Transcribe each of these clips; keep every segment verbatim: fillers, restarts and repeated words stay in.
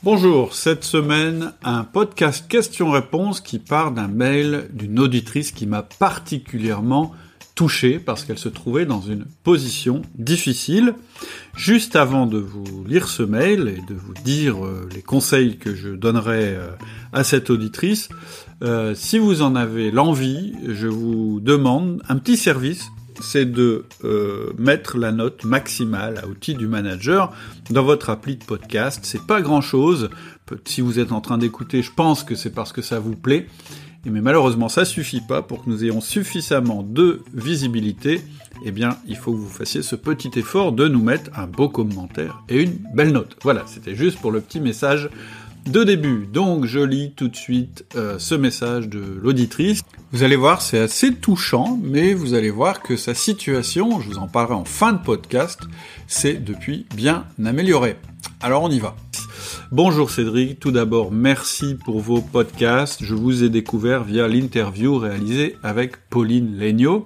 Bonjour, cette semaine, un podcast questions-réponses qui part d'un mail d'une auditrice qui m'a particulièrement touché parce qu'elle se trouvait dans une position difficile. Juste avant de vous lire ce mail et de vous dire euh, les conseils que je donnerai euh, à cette auditrice, euh, si vous en avez l'envie, je vous demande un petit service. C'est de euh, mettre la note maximale à Outils du Manager dans votre appli de podcast. C'est pas grand-chose. Si vous êtes en train d'écouter, je pense que c'est parce que ça vous plaît. Mais malheureusement, ça suffit pas pour que nous ayons suffisamment de visibilité. Eh bien, il faut que vous fassiez ce petit effort de nous mettre un beau commentaire et une belle note. Voilà, c'était juste pour le petit message de début. Donc, je lis tout de suite euh, ce message de l'auditrice. Vous allez voir, c'est assez touchant, mais vous allez voir que sa situation, je vous en parlerai en fin de podcast, s'est depuis bien améliorée. Alors, on y va. Bonjour Cédric, tout d'abord, merci pour vos podcasts. Je vous ai découvert via l'interview réalisée avec Pauline Legnaud.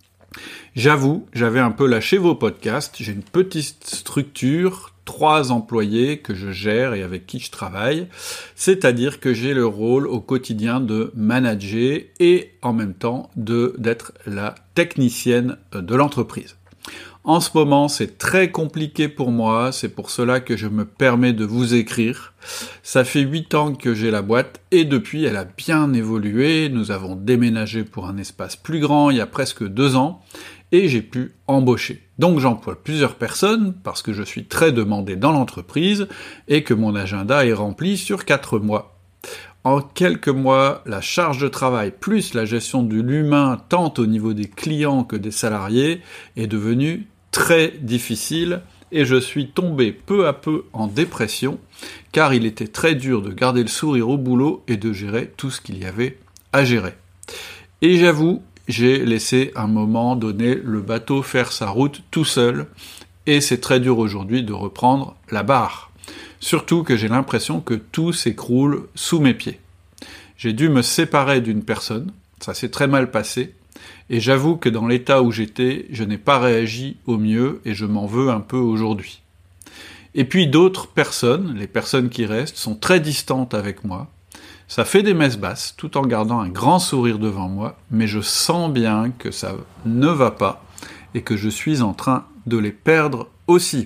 J'avoue, j'avais un peu lâché vos podcasts. J'ai une petite structure, trois employés que je gère et avec qui je travaille. C'est-à-dire que j'ai le rôle au quotidien de manager et en même temps de d'être la technicienne de l'entreprise. En ce moment, c'est très compliqué pour moi, c'est pour cela que je me permets de vous écrire. Ça fait huit ans que j'ai la boîte et depuis, elle a bien évolué. Nous avons déménagé pour un espace plus grand il y a presque deux ans et j'ai pu embaucher. Donc j'emploie plusieurs personnes parce que je suis très demandé dans l'entreprise et que mon agenda est rempli sur quatre mois. En quelques mois, la charge de travail plus la gestion de l'humain, tant au niveau des clients que des salariés, est devenue très difficile et je suis tombé peu à peu en dépression car il était très dur de garder le sourire au boulot et de gérer tout ce qu'il y avait à gérer. Et j'avoue, j'ai laissé à un moment donné le bateau faire sa route tout seul et c'est très dur aujourd'hui de reprendre la barre. Surtout que j'ai l'impression que tout s'écroule sous mes pieds. J'ai dû me séparer d'une personne, ça s'est très mal passé, et j'avoue que dans l'état où j'étais, je n'ai pas réagi au mieux et je m'en veux un peu aujourd'hui. Et puis d'autres personnes, les personnes qui restent, sont très distantes avec moi. Ça fait des messes basses, tout en gardant un grand sourire devant moi, mais je sens bien que ça ne va pas et que je suis en train de les perdre aussi.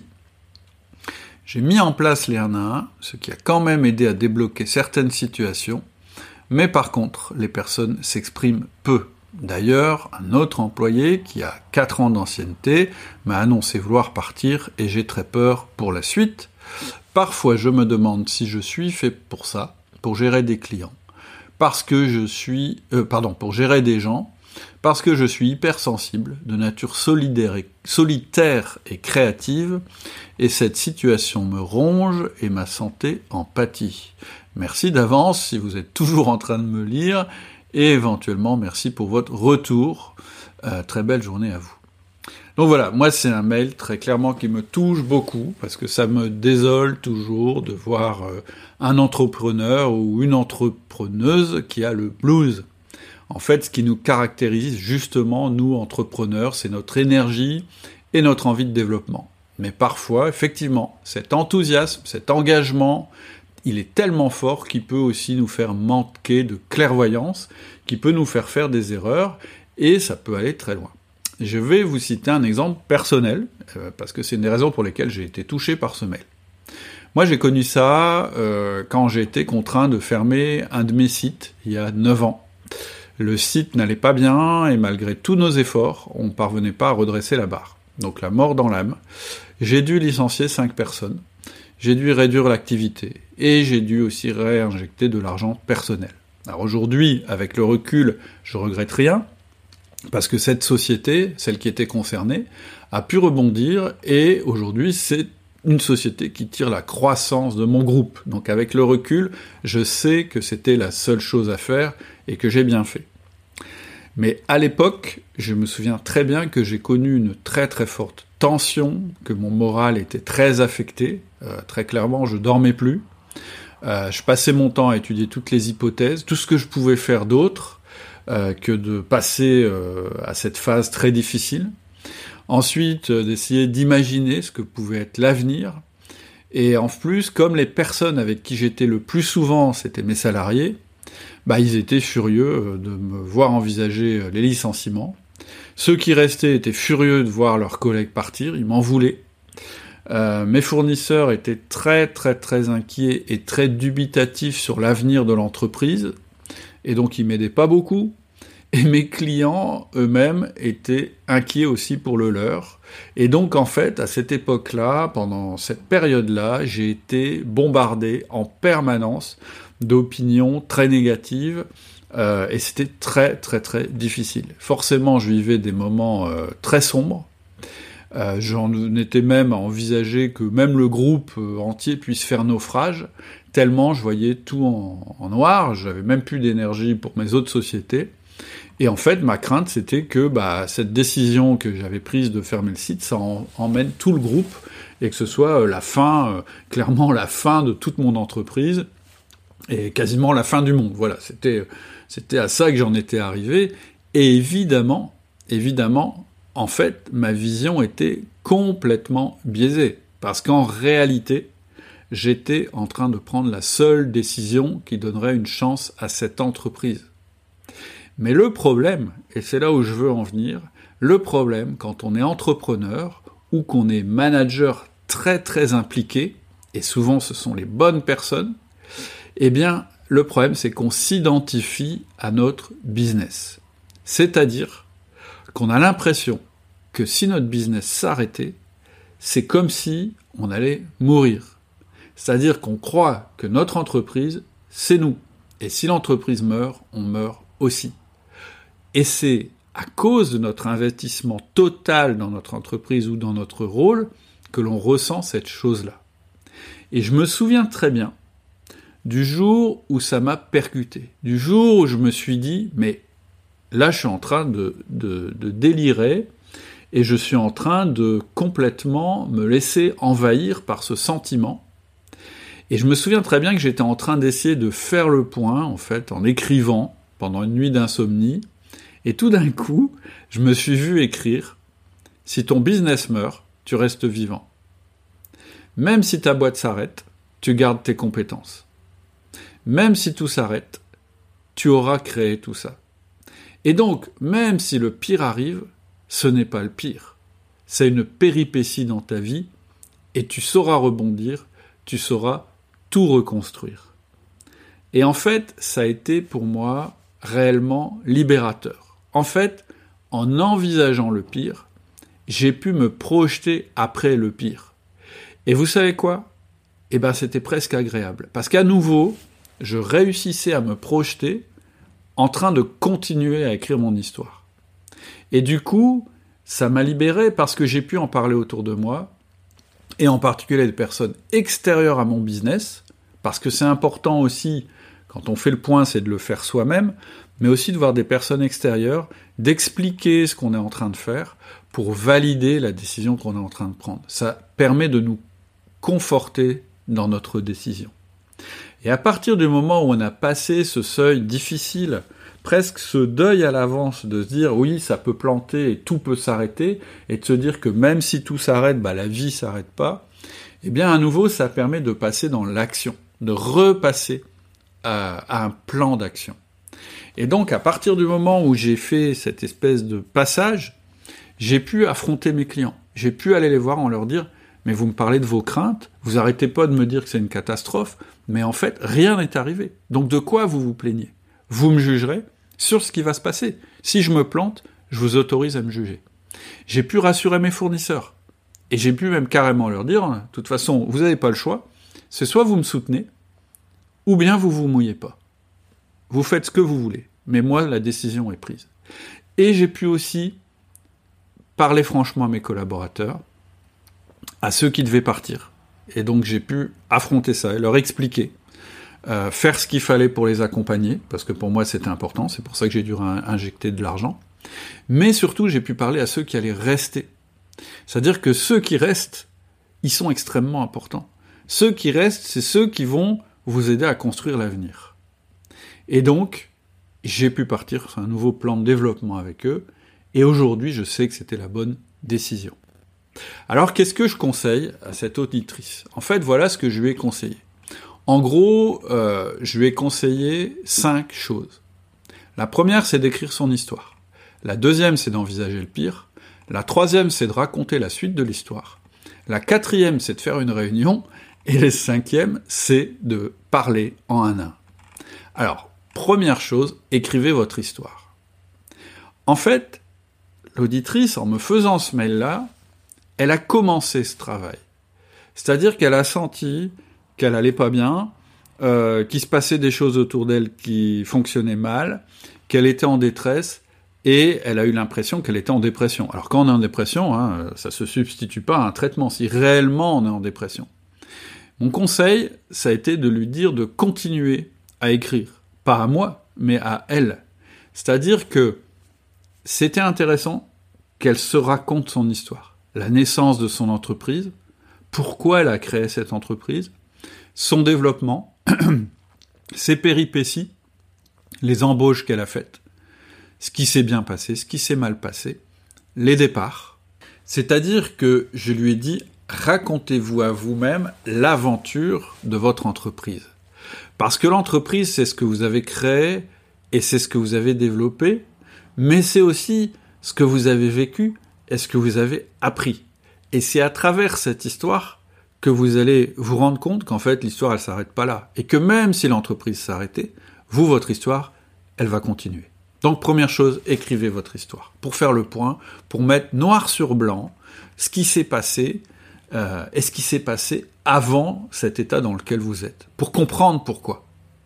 J'ai mis en place les un à un, ce qui a quand même aidé à débloquer certaines situations, mais par contre, les personnes s'expriment peu. D'ailleurs, un autre employé qui a quatre ans d'ancienneté m'a annoncé vouloir partir et j'ai très peur pour la suite. Parfois, je me demande si je suis fait pour ça, pour gérer des clients, parce que je suis, euh, pardon, pour gérer des gens, parce que je suis hypersensible, de nature solidaire et, solitaire et créative, et cette situation me ronge et ma santé en pâtit. Merci d'avance si vous êtes toujours en train de me lire, et éventuellement merci pour votre retour. Euh, très belle journée à vous. Donc voilà, moi c'est un mail très clairement qui me touche beaucoup, parce que ça me désole toujours de voir euh, un entrepreneur ou une entrepreneuse qui a le blues. En fait, ce qui nous caractérise justement, nous entrepreneurs, c'est notre énergie et notre envie de développement. Mais parfois, effectivement, cet enthousiasme, cet engagement, il est tellement fort qu'il peut aussi nous faire manquer de clairvoyance, qui peut nous faire faire des erreurs, et ça peut aller très loin. Je vais vous citer un exemple personnel, euh, parce que c'est une des raisons pour lesquelles j'ai été touché par ce mail. Moi, j'ai connu ça euh, quand j'ai été contraint de fermer un de mes sites, il y a neuf ans. Le site n'allait pas bien, et malgré tous nos efforts, on ne parvenait pas à redresser la barre. Donc la mort dans l'âme. J'ai dû licencier cinq personnes, j'ai dû réduire l'activité, et j'ai dû aussi réinjecter de l'argent personnel. Alors aujourd'hui, avec le recul, je regrette rien, parce que cette société, celle qui était concernée, a pu rebondir, et aujourd'hui, c'est une société qui tire la croissance de mon groupe. Donc avec le recul, je sais que c'était la seule chose à faire, et que j'ai bien fait. Mais à l'époque, je me souviens très bien que j'ai connu une très très forte tension, que mon moral était très affecté, euh, très clairement, je dormais plus, euh, je passais mon temps à étudier toutes les hypothèses, tout ce que je pouvais faire d'autre euh, que de passer euh, à cette phase très difficile, ensuite euh, d'essayer d'imaginer ce que pouvait être l'avenir, Et en plus, comme les personnes avec qui j'étais le plus souvent, c'était mes salariés, bah ils étaient furieux de me voir envisager les licenciements. Ceux qui restaient étaient furieux de voir leurs collègues partir, ils m'en voulaient. Euh, mes fournisseurs étaient très très très inquiets et très dubitatifs sur l'avenir de l'entreprise, et donc ils m'aidaient pas beaucoup. Et mes clients eux-mêmes étaient inquiets aussi pour le leur. Et donc en fait, à cette époque-là, pendant cette période-là, j'ai été bombardé en permanence d'opinions très négatives, euh, et c'était très très très difficile. Forcément, je vivais des moments euh, très sombres. Euh, j'en étais même à envisager que même le groupe euh, entier puisse faire naufrage, tellement je voyais tout en, en noir, j'avais même plus d'énergie pour mes autres sociétés. Et en fait, ma crainte, c'était que bah, cette décision que j'avais prise de fermer le site, ça en, emmène tout le groupe, et que ce soit euh, la fin, euh, clairement la fin de toute mon entreprise, et quasiment la fin du monde. Voilà, c'était, c'était à ça que j'en étais arrivé. Et évidemment, évidemment, en fait, ma vision était complètement biaisée. Parce qu'en réalité, j'étais en train de prendre la seule décision qui donnerait une chance à cette entreprise. Mais le problème, et c'est là où je veux en venir, le problème quand on est entrepreneur ou qu'on est manager très très impliqué, et souvent ce sont les bonnes personnes, eh bien le problème c'est qu'on s'identifie à notre business. C'est-à-dire qu'on a l'impression que si notre business s'arrêtait, c'est comme si on allait mourir. C'est-à-dire qu'on croit que notre entreprise, c'est nous. Et si l'entreprise meurt, on meurt aussi. Et c'est à cause de notre investissement total dans notre entreprise ou dans notre rôle que l'on ressent cette chose-là. Et je me souviens très bien du jour où ça m'a percuté, du jour où je me suis dit, mais là je suis en train de, de, de délirer et je suis en train de complètement me laisser envahir par ce sentiment. Et je me souviens très bien que j'étais en train d'essayer de faire le point, en fait, en écrivant pendant une nuit d'insomnie. Et tout d'un coup, je me suis vu écrire « Si ton business meurt, tu restes vivant. Même si ta boîte s'arrête, tu gardes tes compétences. Même si tout s'arrête, tu auras créé tout ça. Et donc, même si le pire arrive, ce n'est pas le pire. C'est une péripétie dans ta vie, et tu sauras rebondir, tu sauras tout reconstruire. » Et en fait, ça a été pour moi réellement libérateur. En fait, en envisageant le pire, j'ai pu me projeter après le pire. Et vous savez quoi ? Eh ben, c'était presque agréable. Parce qu'à nouveau, je réussissais à me projeter en train de continuer à écrire mon histoire. Et du coup, ça m'a libéré parce que j'ai pu en parler autour de moi, et en particulier des personnes extérieures à mon business, parce que c'est important aussi, quand on fait le point, c'est de le faire soi-même, mais aussi de voir des personnes extérieures, d'expliquer ce qu'on est en train de faire pour valider la décision qu'on est en train de prendre. Ça permet de nous conforter dans notre décision. Et à partir du moment où on a passé ce seuil difficile, presque ce deuil à l'avance de se dire oui, ça peut planter et tout peut s'arrêter, et de se dire que même si tout s'arrête, bah, la vie s'arrête pas, eh bien à nouveau ça permet de passer dans l'action, de repasser à, à un plan d'action. Et donc, à partir du moment où j'ai fait cette espèce de passage, j'ai pu affronter mes clients. J'ai pu aller les voir en leur dire « Mais vous me parlez de vos craintes, vous arrêtez pas de me dire que c'est une catastrophe, mais en fait, rien n'est arrivé. Donc de quoi vous vous plaignez ? Vous me jugerez sur ce qui va se passer. Si je me plante, je vous autorise à me juger. » J'ai pu rassurer mes fournisseurs. Et j'ai pu même carrément leur dire « De toute façon, vous n'avez pas le choix. C'est soit vous me soutenez, ou bien vous vous mouillez pas. Vous faites ce que vous voulez, mais moi, la décision est prise. » Et j'ai pu aussi parler franchement à mes collaborateurs, à ceux qui devaient partir. Et donc j'ai pu affronter ça et leur expliquer, euh, faire ce qu'il fallait pour les accompagner, parce que pour moi c'était important, c'est pour ça que j'ai dû injecter de l'argent. Mais surtout, j'ai pu parler à ceux qui allaient rester. C'est-à-dire que ceux qui restent, ils sont extrêmement importants. Ceux qui restent, c'est ceux qui vont vous aider à construire l'avenir. Et donc, j'ai pu partir sur un nouveau plan de développement avec eux, et aujourd'hui, je sais que c'était la bonne décision. Alors, qu'est-ce que je conseille à cette auditrice ? En fait, voilà ce que je lui ai conseillé. En gros, euh, je lui ai conseillé cinq choses. La première, c'est d'écrire son histoire. La deuxième, c'est d'envisager le pire. La troisième, c'est de raconter la suite de l'histoire. La quatrième, c'est de faire une réunion. Et la cinquième, c'est de parler en un à un. Alors, première chose, écrivez votre histoire. En fait, l'auditrice, en me faisant ce mail-là, elle a commencé ce travail. C'est-à-dire qu'elle a senti qu'elle allait pas bien, euh, qu'il se passait des choses autour d'elle qui fonctionnaient mal, qu'elle était en détresse, et elle a eu l'impression qu'elle était en dépression. Alors quand on est en dépression, hein, ça se substitue pas à un traitement, si réellement on est en dépression. Mon conseil, ça a été de lui dire de continuer à écrire. Pas à moi, mais à elle. C'est-à-dire que c'était intéressant qu'elle se raconte son histoire. La naissance de son entreprise, pourquoi elle a créé cette entreprise, son développement, ses péripéties, les embauches qu'elle a faites, ce qui s'est bien passé, ce qui s'est mal passé, les départs. C'est-à-dire que je lui ai dit, racontez-vous à vous-même l'aventure de votre entreprise. Parce que l'entreprise, c'est ce que vous avez créé et c'est ce que vous avez développé, mais c'est aussi ce que vous avez vécu et ce que vous avez appris. Et c'est à travers cette histoire que vous allez vous rendre compte qu'en fait, l'histoire, elle s'arrête pas là. Et que même si l'entreprise s'arrêtait, vous, votre histoire, elle va continuer. Donc, première chose, écrivez votre histoire. Pour faire le point, pour mettre noir sur blanc ce qui s'est passé, euh, et ce qui s'est passé avant cet état dans lequel vous êtes. Pour comprendre pourquoi.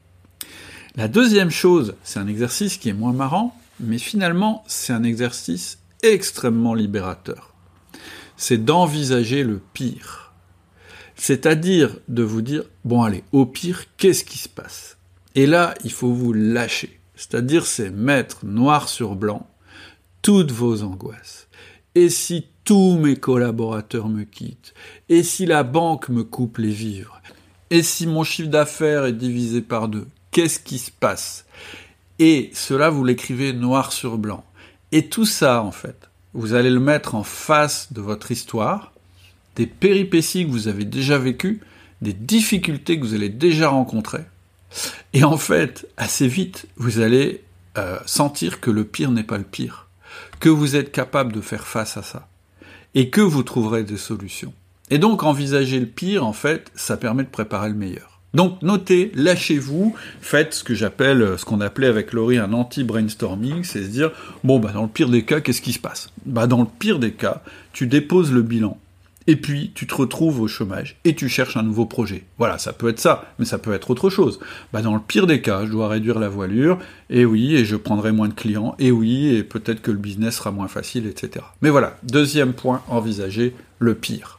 La deuxième chose, c'est un exercice qui est moins marrant, mais finalement, c'est un exercice extrêmement libérateur. C'est d'envisager le pire. C'est-à-dire de vous dire, bon allez, au pire, qu'est-ce qui se passe ? Et là, il faut vous lâcher. C'est-à-dire, c'est mettre noir sur blanc toutes vos angoisses. Et si tous mes collaborateurs me quittent ? Et si la banque me coupe les vivres ? Et si mon chiffre d'affaires est divisé par deux ? Qu'est-ce qui se passe ? Et cela, vous l'écrivez noir sur blanc. Et tout ça, en fait, vous allez le mettre en face de votre histoire, des péripéties que vous avez déjà vécues, des difficultés que vous allez déjà rencontrer. Et en fait, assez vite, vous allez euh, sentir que le pire n'est pas le pire, que vous êtes capable de faire face à ça, et que vous trouverez des solutions. Et donc, envisager le pire, en fait, ça permet de préparer le meilleur. Donc, notez, lâchez-vous, faites ce que j'appelle, ce qu'on appelait avec Laurie un anti-brainstorming, c'est se dire, bon, bah, dans le pire des cas, qu'est-ce qui se passe ? Bah, dans le pire des cas, tu déposes le bilan, et puis tu te retrouves au chômage, et tu cherches un nouveau projet. Voilà, ça peut être ça, mais ça peut être autre chose. Bah, dans le pire des cas, je dois réduire la voilure, et oui, et je prendrai moins de clients, et oui, et peut-être que le business sera moins facile, et cetera. Mais voilà, deuxième point, envisager le pire.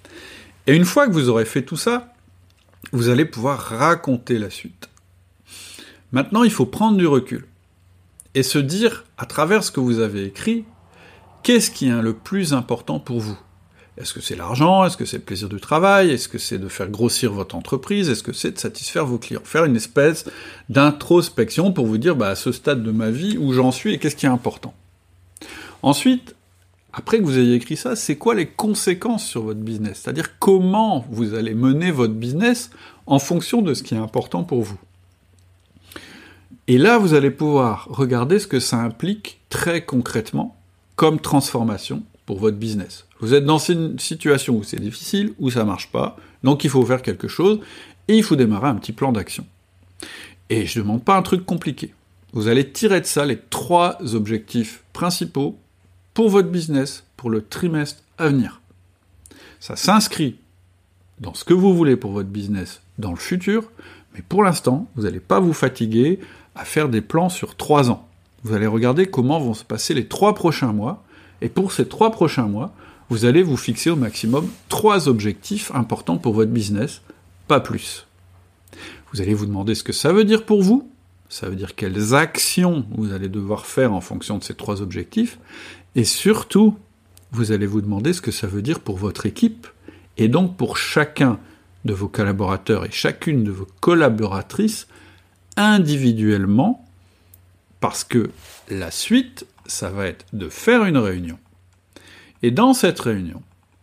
Et une fois que vous aurez fait tout ça, vous allez pouvoir raconter la suite. Maintenant, il faut prendre du recul et se dire, à travers ce que vous avez écrit, qu'est-ce qui est le plus important pour vous ? Est-ce que c'est l'argent ? Est-ce que c'est le plaisir du travail ? Est-ce que c'est de faire grossir votre entreprise ? Est-ce que c'est de satisfaire vos clients ? Faire une espèce d'introspection pour vous dire, bah, à ce stade de ma vie, où j'en suis et qu'est-ce qui est important. Ensuite, après que vous ayez écrit ça, c'est quoi les conséquences sur votre business ? C'est-à-dire comment vous allez mener votre business en fonction de ce qui est important pour vous. Et là, vous allez pouvoir regarder ce que ça implique très concrètement comme transformation pour votre business. Vous êtes dans une situation où c'est difficile, où ça marche pas, donc il faut faire quelque chose, et il faut démarrer un petit plan d'action. Et je ne demande pas un truc compliqué. Vous allez tirer de ça les trois objectifs principaux pour votre business, pour le trimestre à venir. Ça s'inscrit dans ce que vous voulez pour votre business dans le futur, mais pour l'instant, vous n'allez pas vous fatiguer à faire des plans sur trois ans. Vous allez regarder comment vont se passer les trois prochains mois, et pour ces trois prochains mois, vous allez vous fixer au maximum trois objectifs importants pour votre business, pas plus. Vous allez vous demander ce que ça veut dire pour vous, ça veut dire quelles actions vous allez devoir faire en fonction de ces trois objectifs, et surtout, vous allez vous demander ce que ça veut dire pour votre équipe, et donc pour chacun de vos collaborateurs et chacune de vos collaboratrices individuellement, parce que la suite, ça va être de faire une réunion. Et dans cette réunion,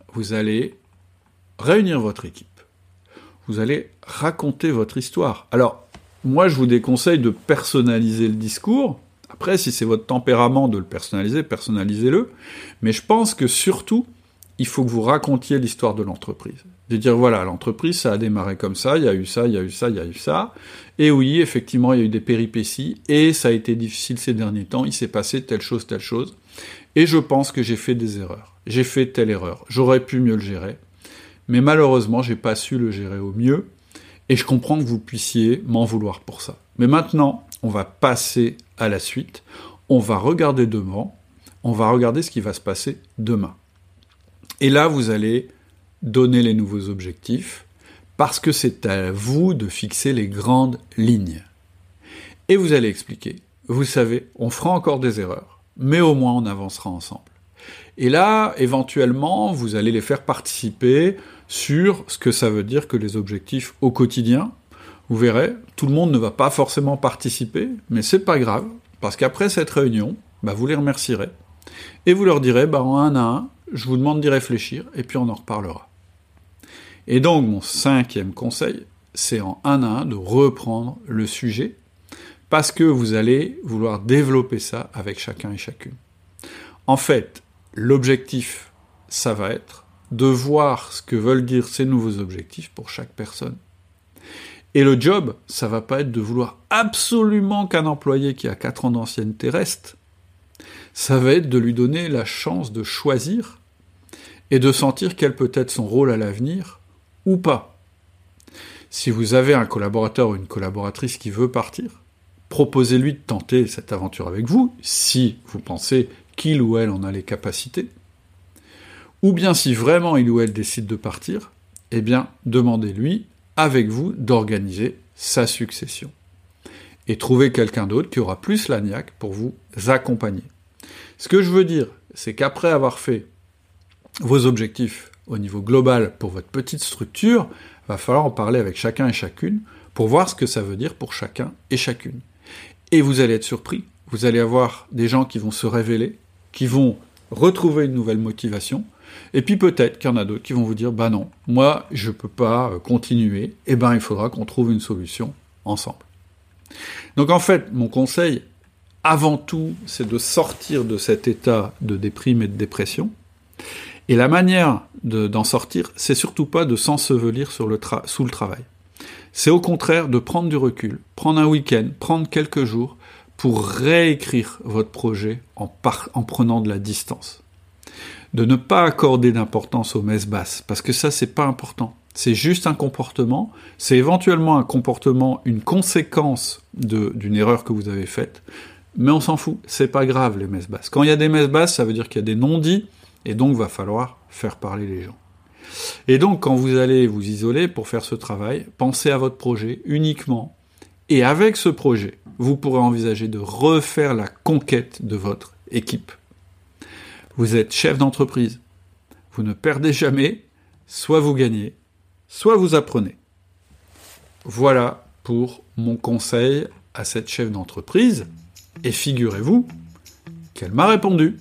vous allez réunir votre équipe. Vous allez raconter votre histoire. Alors, moi, je vous déconseille de personnaliser le discours. Après, si c'est votre tempérament de le personnaliser, personnalisez-le. Mais je pense que surtout, il faut que vous racontiez l'histoire de l'entreprise. De dire, voilà, l'entreprise, ça a démarré comme ça, il y a eu ça, il y a eu ça, il y a eu ça. Et oui, effectivement, il y a eu des péripéties, et ça a été difficile ces derniers temps, il s'est passé telle chose, telle chose. Et je pense que j'ai fait des erreurs. J'ai fait telle erreur. J'aurais pu mieux le gérer. Mais malheureusement, j'ai pas su le gérer au mieux. Et je comprends que vous puissiez m'en vouloir pour ça. Mais maintenant, on va passer à la suite. On va regarder devant. On va regarder ce qui va se passer demain. Et là, vous allez donner les nouveaux objectifs, parce que c'est à vous de fixer les grandes lignes. Et vous allez expliquer. Vous savez, on fera encore des erreurs, mais au moins on avancera ensemble. Et là, éventuellement, vous allez les faire participer sur ce que ça veut dire que les objectifs au quotidien. Vous verrez, tout le monde ne va pas forcément participer, mais c'est pas grave, parce qu'après cette réunion, bah, vous les remercierez, et vous leur direz, bah, en un à un, je vous demande d'y réfléchir, et puis on en reparlera. Et donc, mon cinquième conseil, c'est en un à un de reprendre le sujet, parce que vous allez vouloir développer ça avec chacun et chacune. En fait, l'objectif, ça va être de voir ce que veulent dire ces nouveaux objectifs pour chaque personne. Et le job, ça va pas être de vouloir absolument qu'un employé qui a quatre ans d'ancienneté reste. Ça va être de lui donner la chance de choisir et de sentir quel peut être son rôle à l'avenir ou pas. Si vous avez un collaborateur ou une collaboratrice qui veut partir, proposez-lui de tenter cette aventure avec vous, si vous pensez qu'il ou elle en a les capacités. Ou bien si vraiment il ou elle décide de partir, eh bien, demandez-lui, avec vous, d'organiser sa succession. Et trouvez quelqu'un d'autre qui aura plus la niaque pour vous accompagner. Ce que je veux dire, c'est qu'après avoir fait vos objectifs au niveau global pour votre petite structure, il va falloir en parler avec chacun et chacune pour voir ce que ça veut dire pour chacun et chacune. Et vous allez être surpris, vous allez avoir des gens qui vont se révéler, qui vont retrouver une nouvelle motivation, et puis peut-être qu'il y en a d'autres qui vont vous dire « bah non, moi je peux pas continuer, et ben il faudra qu'on trouve une solution ensemble ». Donc en fait, mon conseil, avant tout, c'est de sortir de cet état de déprime et de dépression, et la manière de, d'en sortir, c'est surtout pas de s'ensevelir sur le tra- sous le travail. C'est au contraire de prendre du recul, prendre un week-end, prendre quelques jours pour réécrire votre projet en, par- en prenant de la distance. De ne pas accorder d'importance aux messes basses, parce que ça, c'est pas important. C'est juste un comportement, c'est éventuellement un comportement, une conséquence de, d'une erreur que vous avez faite, mais on s'en fout, c'est pas grave les messes basses. Quand il y a des messes basses, ça veut dire qu'il y a des non-dits, et donc va falloir faire parler les gens. Et donc, quand vous allez vous isoler pour faire ce travail, pensez à votre projet uniquement. Et avec ce projet, vous pourrez envisager de refaire la conquête de votre équipe. Vous êtes chef d'entreprise. Vous ne perdez jamais, soit vous gagnez, soit vous apprenez. Voilà pour mon conseil à cette chef d'entreprise. Et figurez-vous qu'elle m'a répondu.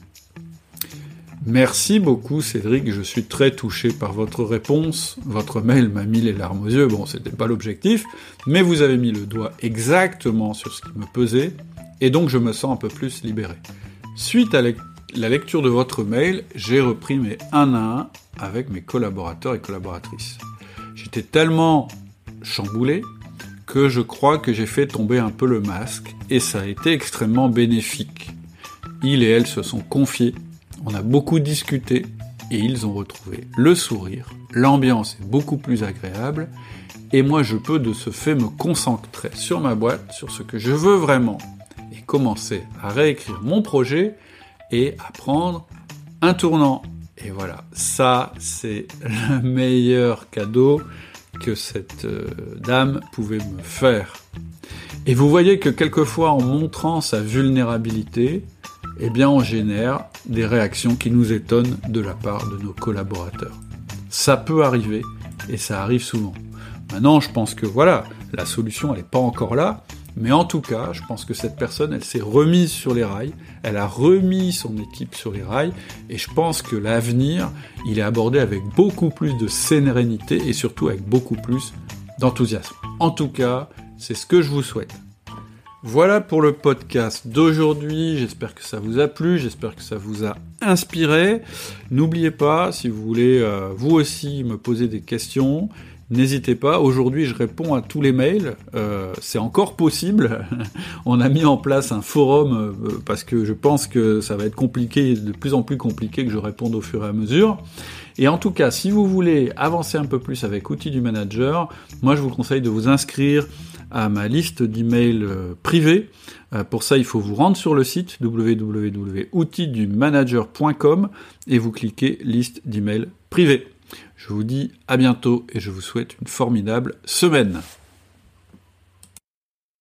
Merci beaucoup Cédric, je suis très touché par votre réponse. Votre mail m'a mis les larmes aux yeux, bon c'était pas l'objectif, mais vous avez mis le doigt exactement sur ce qui me pesait, et donc je me sens un peu plus libéré. Suite à la lecture de votre mail, j'ai repris mes un à un avec mes collaborateurs et collaboratrices. J'étais tellement chamboulé que je crois que j'ai fait tomber un peu le masque, et ça a été extrêmement bénéfique. Ils et elles se sont confiés, on a beaucoup discuté, et ils ont retrouvé le sourire, l'ambiance est beaucoup plus agréable, et moi je peux de ce fait me concentrer sur ma boîte, sur ce que je veux vraiment, et commencer à réécrire mon projet, et à prendre un tournant. Et voilà, ça c'est le meilleur cadeau que cette euh, dame pouvait me faire. Et vous voyez que quelquefois, en montrant sa vulnérabilité, eh bien, on génère des réactions qui nous étonnent de la part de nos collaborateurs. Ça peut arriver, et ça arrive souvent. Maintenant, je pense que voilà, la solution, elle n'est pas encore là, Mais en tout cas, je pense que cette personne, elle s'est remise sur les rails, elle a remis son équipe sur les rails, et je pense que l'avenir, il est abordé avec beaucoup plus de sérénité et surtout avec beaucoup plus d'enthousiasme. En tout cas, c'est ce que je vous souhaite. Voilà pour le podcast d'aujourd'hui, j'espère que ça vous a plu, j'espère que ça vous a inspiré. N'oubliez pas, si vous voulez euh, vous aussi me poser des questions, n'hésitez pas, aujourd'hui je réponds à tous les mails, euh, c'est encore possible, on a mis en place un forum euh, parce que je pense que ça va être compliqué, de plus en plus compliqué que je réponde au fur et à mesure. Et en tout cas, si vous voulez avancer un peu plus avec Outils du Manager, moi je vous conseille de vous inscrire à ma liste d'emails euh, privés. Euh, pour ça, il faut vous rendre sur le site w w w point outils du manager point com et vous cliquez liste d'emails privés. Je vous dis à bientôt et je vous souhaite une formidable semaine.